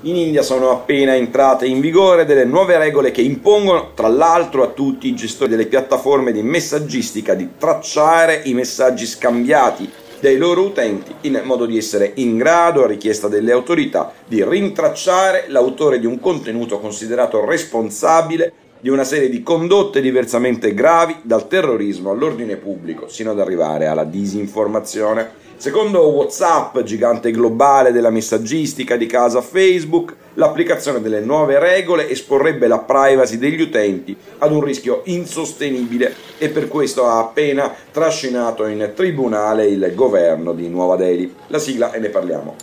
In India sono appena entrate in vigore delle nuove regole che impongono, tra l'altro, a tutti i gestori delle piattaforme di messaggistica di tracciare i messaggi scambiati dai loro utenti in modo di essere in grado, a richiesta delle autorità, di rintracciare l'autore di un contenuto considerato responsabile di una serie di condotte diversamente gravi, dal terrorismo all'ordine pubblico, sino ad arrivare alla disinformazione. Secondo WhatsApp, gigante globale della messaggistica di casa Facebook, l'applicazione delle nuove regole esporrebbe la privacy degli utenti ad un rischio insostenibile e per questo ha appena trascinato in tribunale il governo di Nuova Delhi. La sigla e ne parliamo.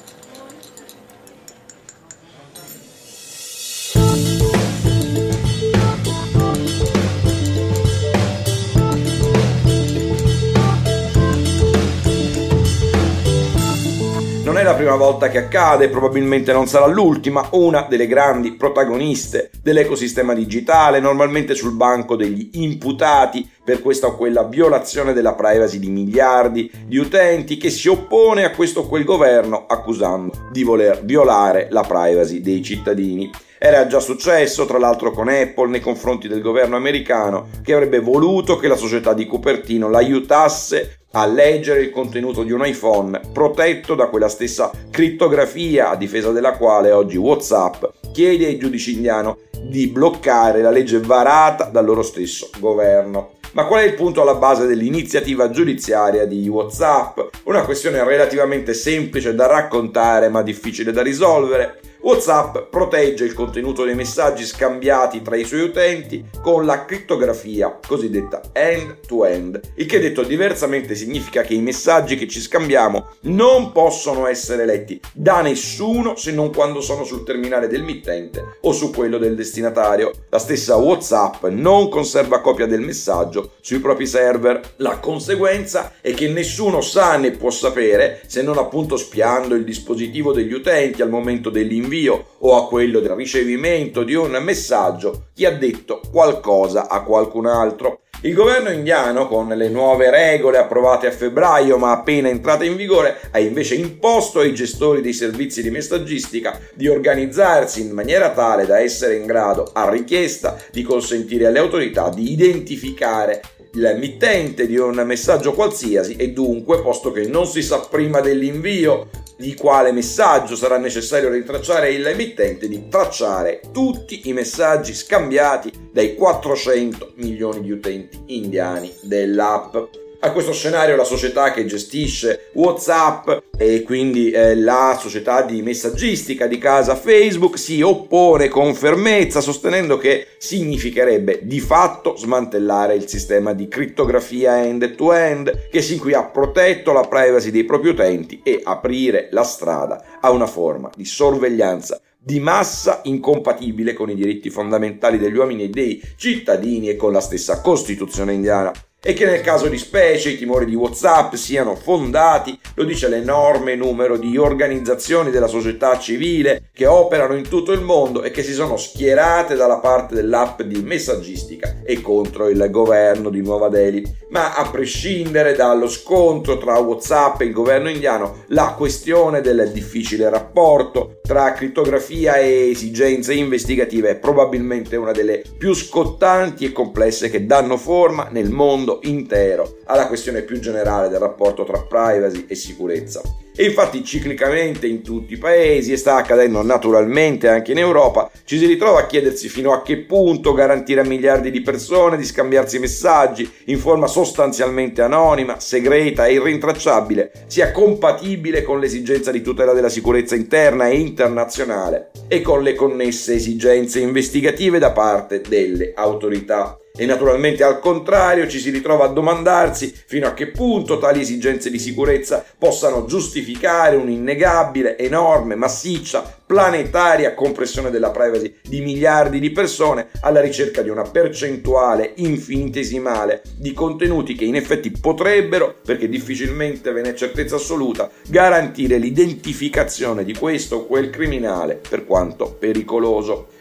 Non è la prima volta che accade, probabilmente non sarà l'ultima. Una delle grandi protagoniste dell'ecosistema digitale, normalmente sul banco degli imputati per questa o quella violazione della privacy di miliardi di utenti, che si oppone a questo o quel governo accusando di voler violare la privacy dei cittadini. Era già successo, tra l'altro, con Apple nei confronti del governo americano, che avrebbe voluto che la società di Cupertino l'aiutasse a leggere il contenuto di un iPhone protetto da quella stessa crittografia, a difesa della quale oggi WhatsApp chiede ai giudici indiani di bloccare la legge varata dal loro stesso governo. Ma qual è il punto alla base dell'iniziativa giudiziaria di WhatsApp? Una questione relativamente semplice da raccontare ma difficile da risolvere. WhatsApp protegge il contenuto dei messaggi scambiati tra i suoi utenti con la crittografia cosiddetta end-to-end, il che detto diversamente significa che i messaggi che ci scambiamo non possono essere letti da nessuno se non quando sono sul terminale del mittente o su quello del destinatario. La stessa WhatsApp non conserva copia del messaggio sui propri server. La conseguenza è che nessuno sa né può sapere, se non appunto spiando il dispositivo degli utenti al momento dell'invio o a quello del ricevimento di un messaggio, chi ha detto qualcosa a qualcun altro. Il governo indiano, con le nuove regole approvate a febbraio ma appena entrate in vigore, ha invece imposto ai gestori dei servizi di messaggistica di organizzarsi in maniera tale da essere in grado, a richiesta, di consentire alle autorità di identificare il mittente di un messaggio qualsiasi e dunque, posto che non si sa prima dell'invio di quale messaggio sarà necessario rintracciare il mittente, di tracciare tutti i messaggi scambiati dai 400 milioni di utenti indiani dell'app. A questo scenario la società che gestisce WhatsApp e quindi la società di messaggistica di casa Facebook si oppone con fermezza, sostenendo che significherebbe di fatto smantellare il sistema di crittografia end-to-end che sin qui ha protetto la privacy dei propri utenti e aprire la strada a una forma di sorveglianza di massa incompatibile con i diritti fondamentali degli uomini e dei cittadini e con la stessa Costituzione indiana. E che nel caso di specie i timori di WhatsApp siano fondati lo dice l'enorme numero di organizzazioni della società civile che operano in tutto il mondo e che si sono schierate dalla parte dell'app di messaggistica e contro il governo di Nuova Delhi. Ma a prescindere dallo scontro tra WhatsApp e il governo indiano, la questione del difficile rapporto tra crittografia e esigenze investigative è probabilmente una delle più scottanti e complesse che danno forma nel mondo intero alla questione più generale del rapporto tra privacy e sicurezza. E infatti ciclicamente in tutti i paesi, e sta accadendo naturalmente anche in Europa, ci si ritrova a chiedersi fino a che punto garantire a miliardi di persone di scambiarsi messaggi in forma sostanzialmente anonima, segreta e irrintracciabile sia compatibile con l'esigenza di tutela della sicurezza interna e internazionale e con le connesse esigenze investigative da parte delle autorità. E naturalmente al contrario ci si ritrova a domandarsi fino a che punto tali esigenze di sicurezza possano giustificare un'innegabile, enorme, massiccia, planetaria compressione della privacy di miliardi di persone alla ricerca di una percentuale infinitesimale di contenuti che in effetti potrebbero, perché difficilmente ve n'è certezza assoluta, garantire l'identificazione di questo o quel criminale per quanto pericoloso.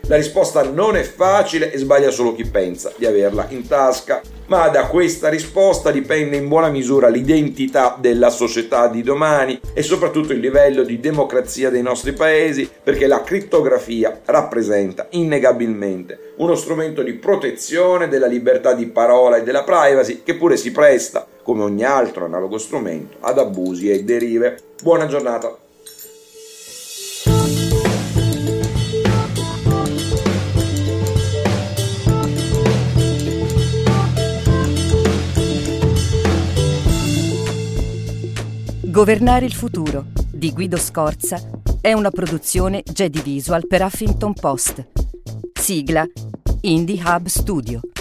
La risposta non è facile e sbaglia solo chi pensa di averla in tasca, ma da questa risposta dipende in buona misura l'identità della società di domani e soprattutto il livello di democrazia dei nostri paesi, perché la crittografia rappresenta innegabilmente uno strumento di protezione della libertà di parola e della privacy, che pure si presta, come ogni altro analogo strumento, ad abusi e derive. Buona giornata. Governare il futuro di Guido Scorza è una produzione Jedi Visual per Huffington Post. Sigla Indie Hub Studio.